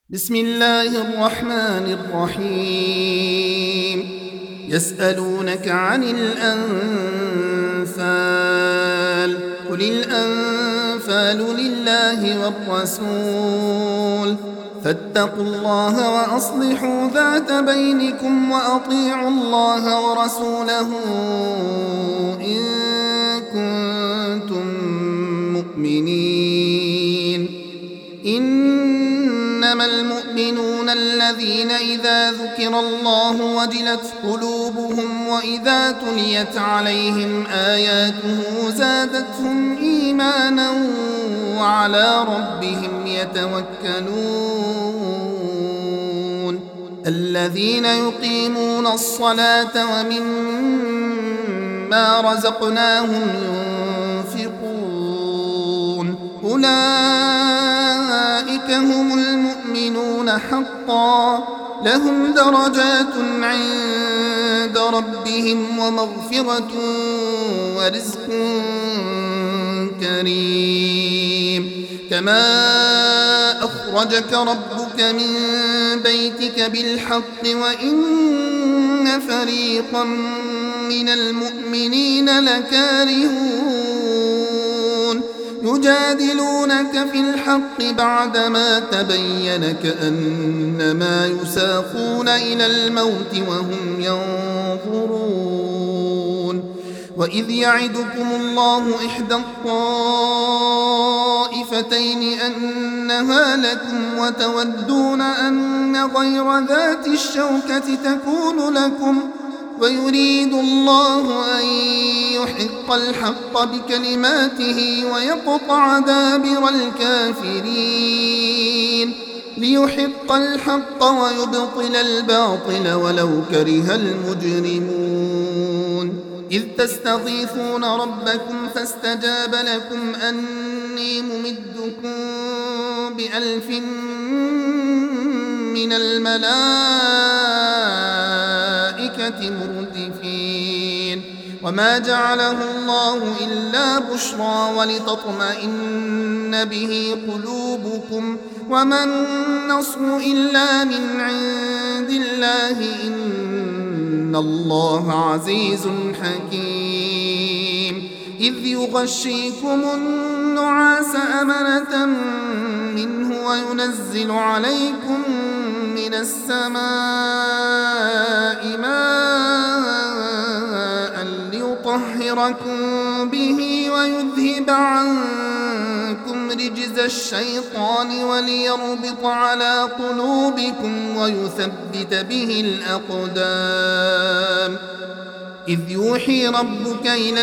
بسم الله الرحمن الرحيم. يسألونك عن الأنفال، قل الأنفال لله والرسول، فاتقوا الله وأصلحوا ذات بينكم وأطيعوا الله ورسوله إن كنتم مؤمنين. إنما المؤمنون الذين إذا ذكر الله وجلت قلوبهم وإذا تليت عليهم آياته زادتهم إيمانا وعلى ربهم يتوكلون. الذين يقيمون الصلاة ومما رزقناهم ينفقون، أولئك هم المؤمنون حقا، لهم درجات عند ربهم ومغفرة ورزق كريم. كما أخرجك ربك من بيتك بالحق وإن فريقا من المؤمنين لكارهون، يجادلونك في الحق بعدما تبين كأنما يساقون إلى الموت وهم ينظرون. وإذ يعدكم الله إحدى الطائفتين أنها لكم وتودون أن غير ذات الشوكة تكون لكم، ويريد الله أن يحق الحق بكلماته ويقطع دابر الكافرين، ليحق الحق ويبطل الباطل ولو كره المجرمون. إذ تستغيثون ربكم فاستجاب لكم أني ممدكم ب1000 من الملائكة مردفين. وما جعله الله إلا بشرى ولتطمئن به قلوبكم، وما النصر إلا من عند الله، إن الله عزيز حكيم. إذ يغشيكم النعاس أمنة منه وينزل عليكم من السماء ماء ليطهركم به ويذهب عنكم رجز الشيطان وليربط على قلوبكم ويثبت به الأقدام. إذ يوحي ربك إلى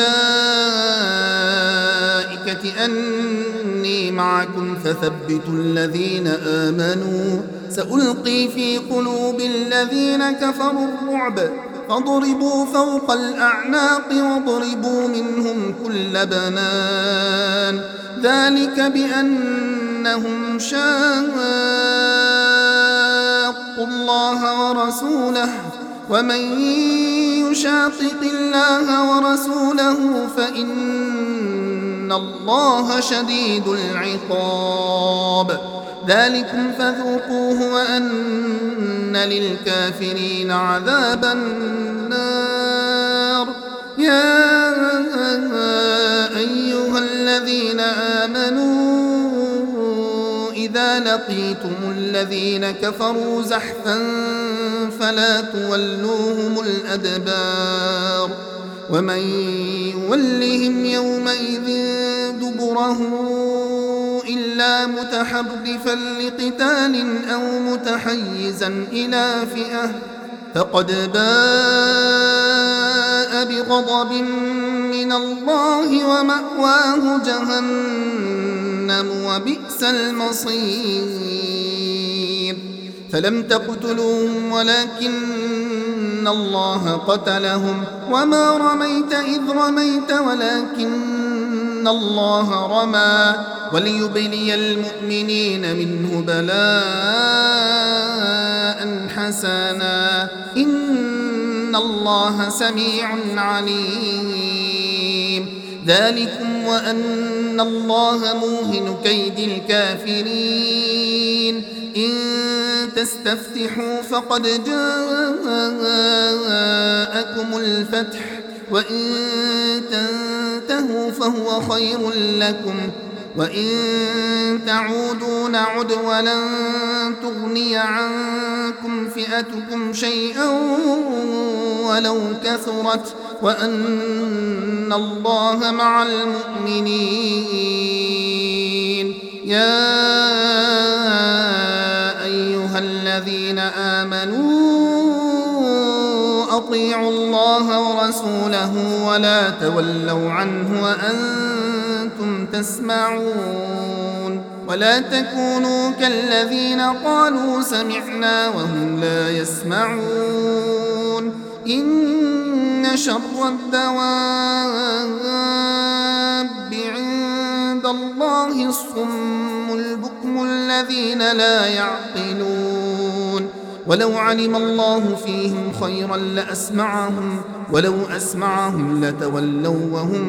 الملائكة أني معكم فثبتوا الذين آمنوا، سألقي في قلوب الذين كفروا الرعب فاضربوا فوق الأعناق واضربوا منهم كل بنان، ذلك بأنهم شاقوا الله ورسوله، ومن يشاقق الله ورسوله فإن الله شديد العقاب. ذلكم فذوقوه وأن للكافرين عذاب النار. يا أيها الذين آمنوا إذا لقيتم الذين كفروا زحفا فلا تولوهم الأدبار، ومن يولهم يومئذ دبره إلا متحرفا لقتال أو متحيزا إلى فئة فقد باء بغضب من الله ومأواه جهنم وبئس المصير. فلم تقتلوهم ولكن الله قتلهم، وما رميت إذ رميت ولكن الله رمى، وليبلي المؤمنين منه بلاء حسنا، إن الله سميع عليم. ذلكم وأن الله موهن كيد الكافرين إن تستفتحوا فقد جاءكم الفتح وإن تنتهوا فهو خير لكم وإن تعودوا نعد ولن تغني عنكم فئتكم شيئا ولو كثرت وأن الله مع المؤمنين. يا أيها الذين آمنوا أطيعوا الله ورسوله ولا تولوا عنه وأنتم تسمعون ولا تكونوا كالذين قالوا سمعنا وهم لا يسمعون. إن شر الدواب عند الله الصم البكم الذين لا يعقلون. ولو علم الله فيهم خيرا لأسمعهم ولو أسمعهم لتولوا وهم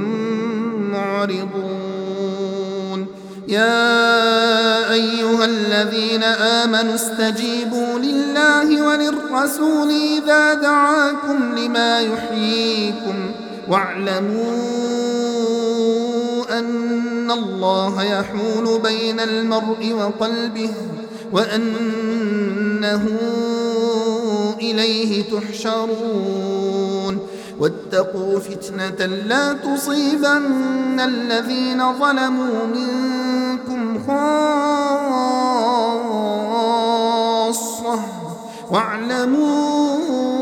معرضون. يا أيها الذين آمنوا استجيبوا لله وللرسول إذا دعاكم لما يحييكم واعلموا أن الله يحول بين المرء وقلبه وأنه إليه تحشرون. واتقوا فتنة لا تصيبن الذين ظلموا منكم خاصة واعلموا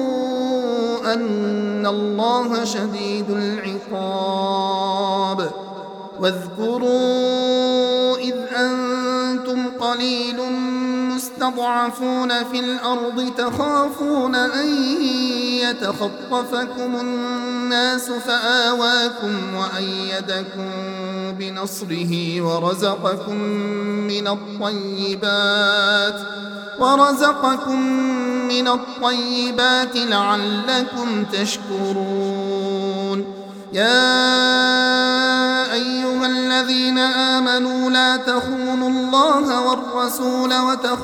أن الله شديد العقاب. واذكروا إذ أنتم قليل مستضعفون في الأرض تخافون أن يتخطفكم الناس فآواكم وأيدكم بنصره ورزقكم من الطيبات لعلكم تشكرون. يا أيها الذين آمنوا لا تخونوا الله والرسول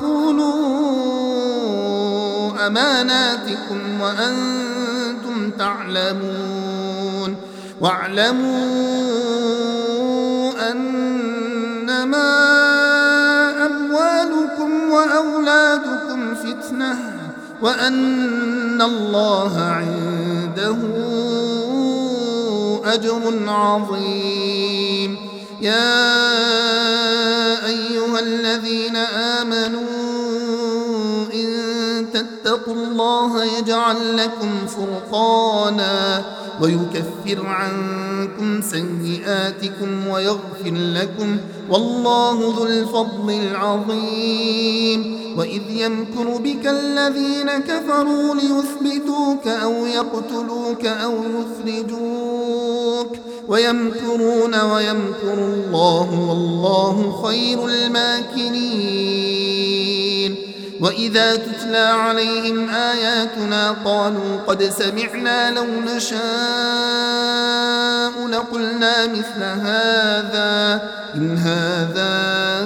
وتخونوا أماناتكم وأنتم تعلمون. واعلموا أنما أموالكم وأولادكم فتنة وأن الله عنده أجر عظيم. يا أيها الذين آمنوا إن تتقوا الله يجعل لكم فرقانا ويكفر عنكم سيئاتكم ويغفر لكم والله ذو الفضل العظيم. وإذ يمكر بك الذين كفروا ليثبتوك أو يقتلوك أو يخرجوك ويمكرون ويمكر الله والله خير الماكرين. وإذا تتلى عليهم آياتنا قالوا قد سمعنا لو نشاء لقلنا مثل هذا إن هذا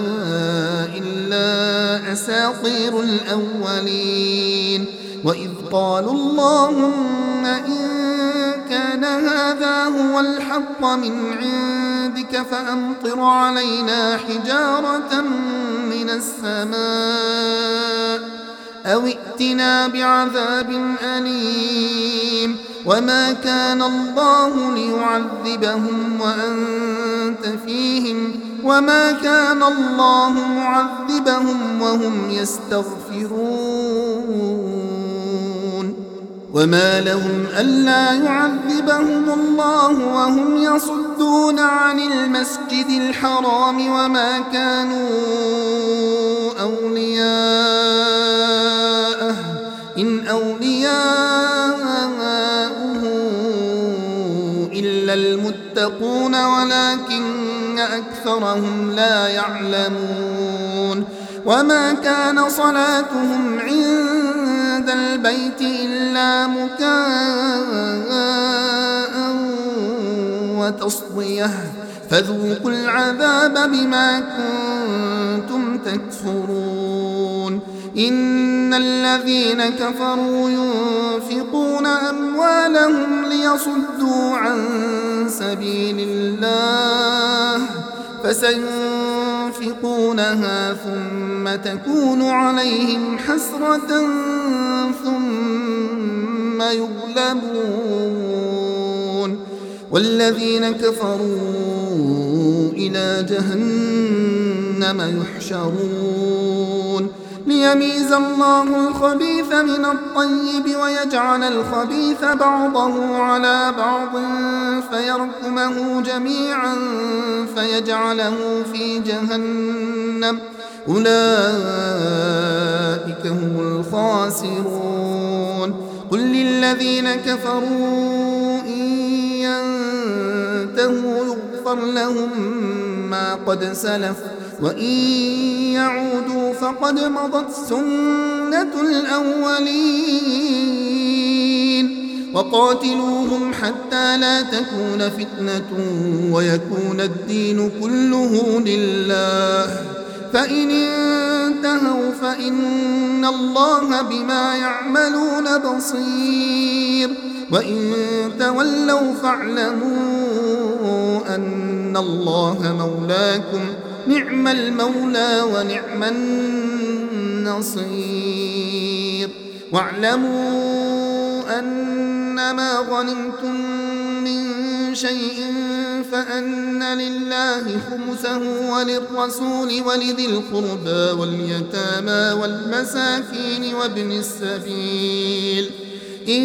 إلا أساطير الأولين. وإذ قالوا اللهم إن كان هذا هو الحق من عندك فأمطر علينا حجارة من السماء أو ائتنا بعذاب أليم. وما كان الله ليعذبهم وأنت فيهم وما كان الله معذبهم وهم يستغفرون. وما لهم ألا يعذبهم الله وهم يصدون عن المسجد الحرام وما كانوا أولياءه إن أولياؤه إلا المتقون ولكن أكثرهم لا يعلمون. وما كان صلاتهم عند البيت إلا مكاء وتصدية فذوقوا العذاب بما كنتم تكفرون. إن الذين كفروا ينفقون أموالهم ليصدوا عن سبيل الله فسينفقونها ثم تكون عليهم حسرة ثم يغلبون والذين كفروا إلى جهنم يحشرون ليميز الله الخبيث من الطيب ويجعل الخبيث بعضه على بعض فيركمه جميعا فيجعله في جهنم أولئك هم الخاسرون قل للذين كفروا إن ينتهوا يغفر لهم ما قد سلف وإن يعودوا فقد مضت سنة الأولين وقاتلوهم حتى لا تكون فتنة ويكون الدين كله لله فإن انتهوا فإن الله بما يعملون بصير وإن تولوا فاعلموا أن الله مولاكم نعم المولى ونعم النصير واعلموا أنما غنمتم من شيء فأن لله خمسه وللرسول ولذي القربى واليتامى والمساكين وابن السبيل إن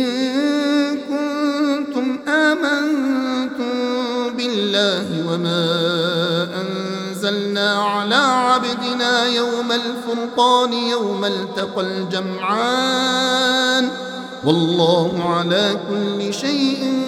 كنتم آمنتم بالله وما أنزلنا على عبدنا يوم الفرقان يوم التقى الجمعان والله على كل شيء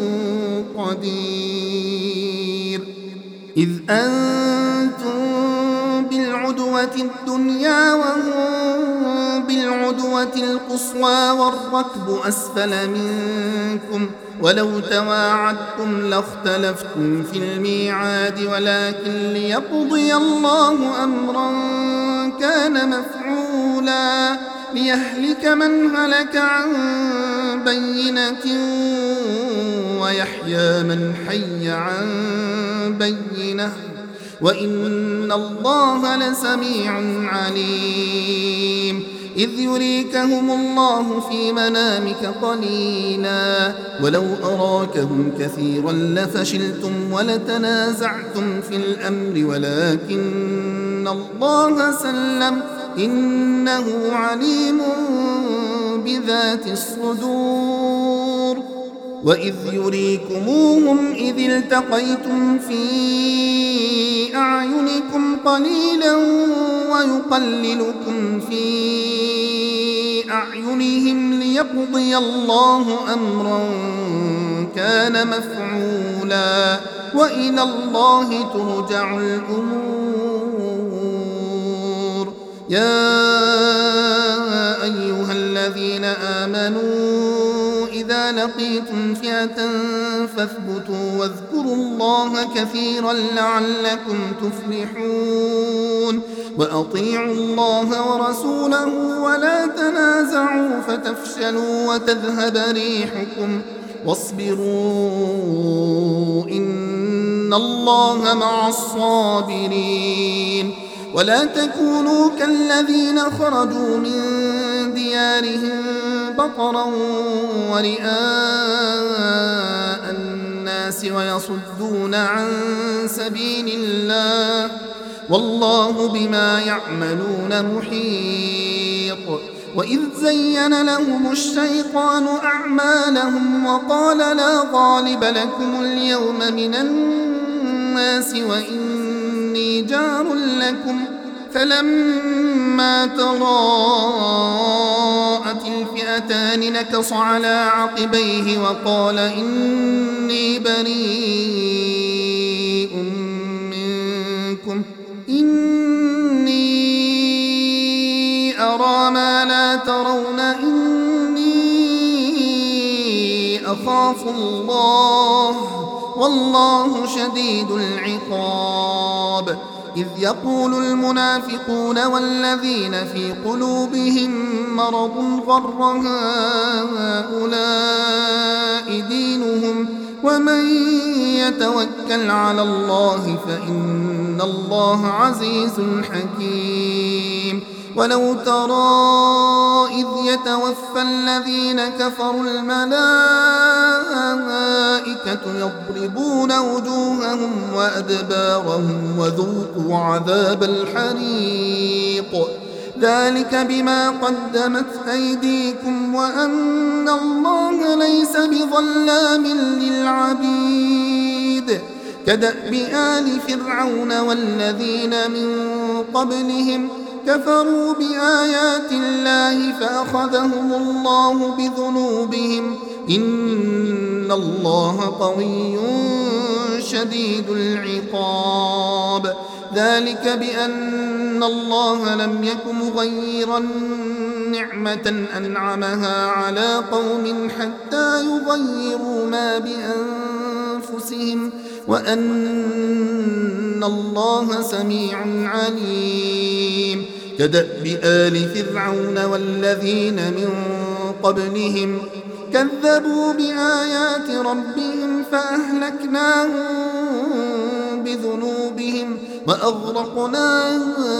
قدير إذ أنتم بالعدوة الدنيا وهم بالعدوة القصوى والركب أسفل منكم ولو تواعدتم لاختلفتم في الميعاد ولكن ليقضي الله أمرا كان مفعولا ليهلك من هلك عن بينة ويحيى من حي عن بينة وإن الله لسميع عليم إذ يريكهم الله في منامك قليلا ولو أراكهم كثيرا لفشلتم ولتنازعتم في الأمر ولكن الله سلم إنه عليم بذات الصدور وإذ يريكموهم إذ التقيتم في أعينكم قليلا ويقللكم في أعينهم ليقضي الله أمرا كان مفعولا وإلى الله ترجع الأمور يا أيها الذين آمنوا إذا لقيتم فئة فاثبتوا واذكروا الله كثيرا لعلكم تفلحون وأطيعوا الله ورسوله ولا تنازعوا فتفشلوا وتذهب ريحكم واصبروا إن الله مع الصابرين ولا تكونوا كالذين خرجوا من ديارهم بطرا ورئاء الناس ويصدون عن سبيل الله والله بما يعملون محيط وإذ زين لهم الشيطان أعمالهم وقال لا غالب لكم اليوم من الناس وإني جار لكم فلما تراءت الفئتان نكص على عقبيه وقال إني بريء منكم إني أرى ما لا ترون إني أخاف الله والله شديد العقاب إذ يقول المنافقون والذين في قلوبهم مرض غر هؤلاء دينهم ومن يتوكل على الله فإن الله عزيز حكيم ولو ترى إذ يتوفى الذين كفروا الملائكة يضربون وجوههم وأدبارهم وذوقوا عذاب الحريق ذلك بما قدمت أيديكم وأن الله ليس بظلام للعبيد كدأب آل فرعون والذين من قبلهم كفروا بآيات الله فأخذهم الله بذنوبهم إن الله قوي شديد العقاب ذلك بأن الله لم يك مغيرا نعمة أنعمها على قوم حتى يغيروا ما بأنفسهم وأن الله سميع عليم كدأب آل فرعون والذين من قبلهم كذبوا بآيات ربهم فأهلكناهم بذنوبهم وأغرقنا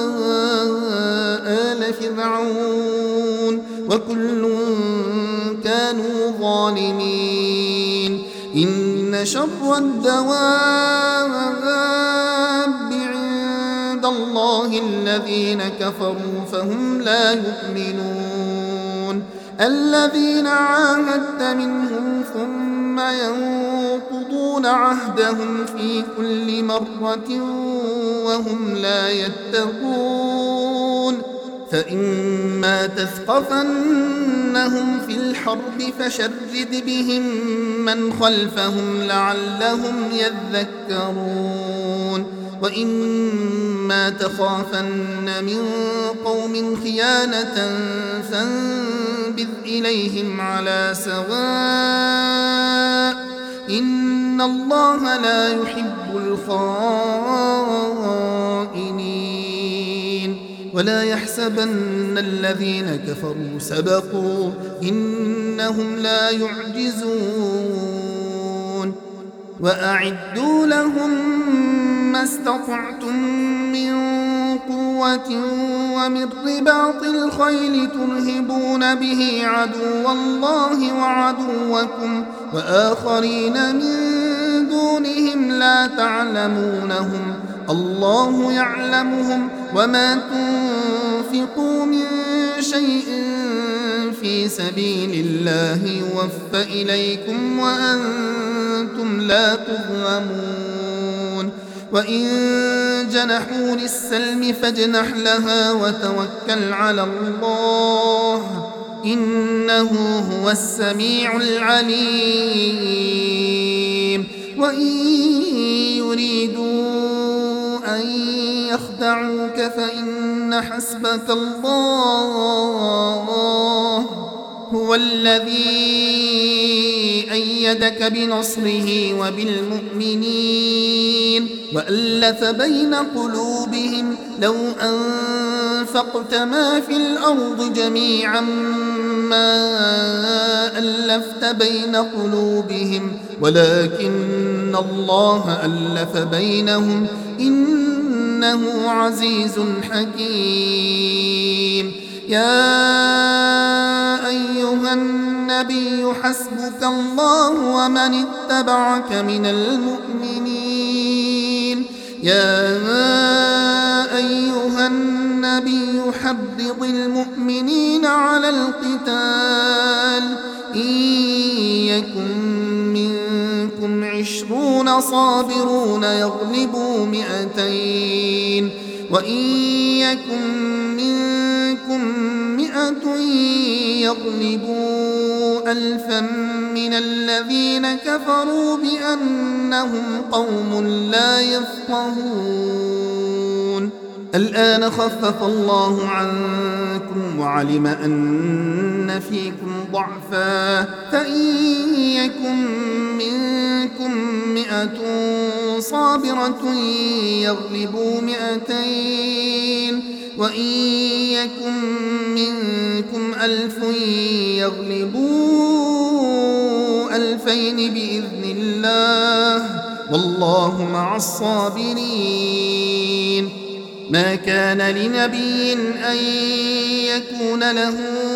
آل فرعون وكل كانوا ظالمين إن شر الدواب عند الله الذين كفروا فهم لا يؤمنون الذين عاهدت منهم ثم ينقضون عهدهم في كل مرة وهم لا يتقون فإما تثقفنهم في الحرب فشرد بهم من خلفهم لعلهم يذكرون وإما تخافن من قوم خيانة فانبذ إليهم على سواء إن الله لا يحب الخائنين ولا يحسبن الذين كفروا سبقوا إنهم لا يعجزون وأعدوا لهم ما استطعتم من قوة ومن رباط الخيل ترهبون به عدو الله وعدوكم وآخرين من دونهم لا تعلمونهم الله يعلمهم وما تنفقوا من شيء في سبيل الله يوفى إليكم وأنتم لا تظلمون وإن جنحوا للسلم فاجنح لها وتوكل على الله إنه هو السميع العليم وإن يريدوا أن يخدعوك فإن حسبك الله هو الذي أيدك بنصره وبالمؤمنين وألف بين قلوبهم لو أنفقت ما في الأرض جميعا ما ألفت بين قلوبهم ولكن الله ألف بينهم إنه عزيز حكيم يا أيها النبي حسبك الله ومن اتبعك من المؤمنين يا أيها النبي حرض المؤمنين على القتال إن يكن منكم 20 صابرون يغلبوا 200 وإن يكن منكم 100 يغلبوا 1000 من الذين كفروا بأنهم قوم لا يفقهون الآن خفف الله عنكم وعلم أن فيكم ضعفا فإن يكن منكم 100 صابرة يغلبوا 200 وإن يكن منكم 1000 يغلبوا 2000 بإذن الله والله مع الصابرين. ما كان لنبي أن يكون له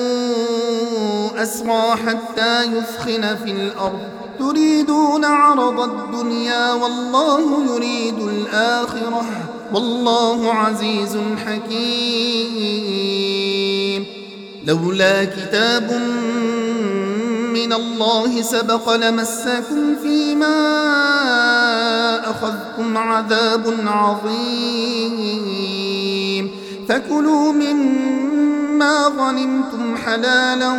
أسرى حتى يثخن في الأرض تريدون عرض الدنيا والله يريد الآخرة والله عزيز حكيم. لولا كتاب من الله سبق لمسكم فيما أخذتم عذاب عظيم فكلوا مما غنمتم حلالا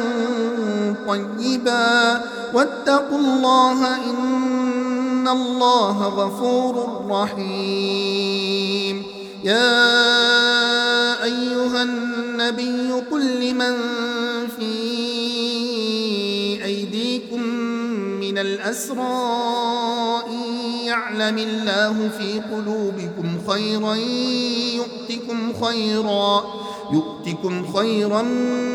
طيبا واتقوا الله إن الله غفور رحيم. يا أيها النبي قل لمن في أيديكم من الأسرى إن يعلم الله في قلوبكم خيرا يؤتكم خيرا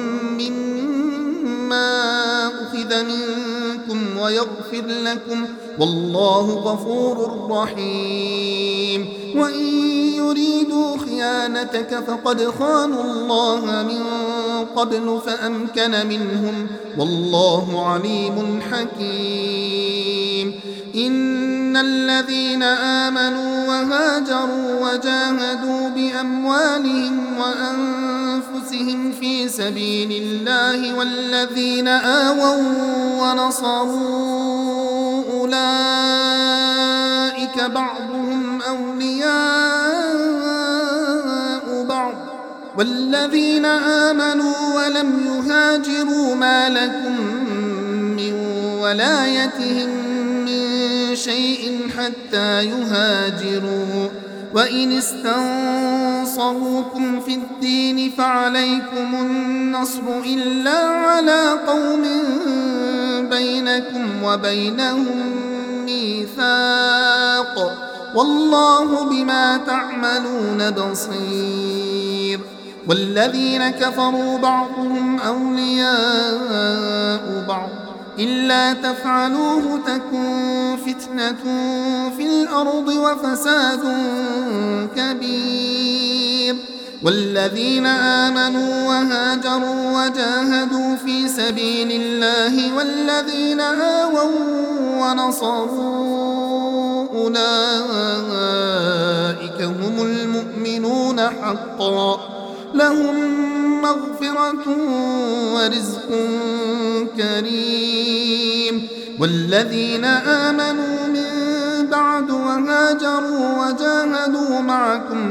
مما أخذ منكم ويغفر لكم والله غفور رحيم. وإن يريدوا خيانتك فقد خانوا الله من قبل فأمكن منهم والله عليم حكيم. إن الذين آمنوا وهاجروا وجاهدوا بأموالهم وأنفسهم في سبيل الله والذين آووا ونصروا أولئك بعضهم أولياء بعض والذين آمنوا ولم يهاجروا ما لكم من ولايتهم من شيء حتى يهاجروا وإن استنصروكم في الدين فعليكم النصر إلا على قوم بينكم وبينهم ميثاق والله بما تعملون بصير. والذين كفروا بعضهم أولياء بعض إلا تفعلوه تكن فتنة في الأرض وفساد كبير. والذين آمنوا وهاجروا وجاهدوا في سبيل الله والذين آووا ونصروا أولئك هم المؤمنون حقا لهم مغفرة ورزق كريم. والذين آمنوا من بعد وهاجروا وجاهدوا معكم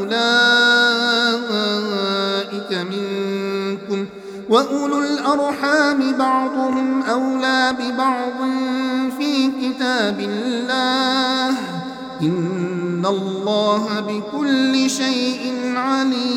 فأولئك منكم وأولو الأرحام بعضهم أولى ببعض في كتاب الله إن الله بكل شيء عليم.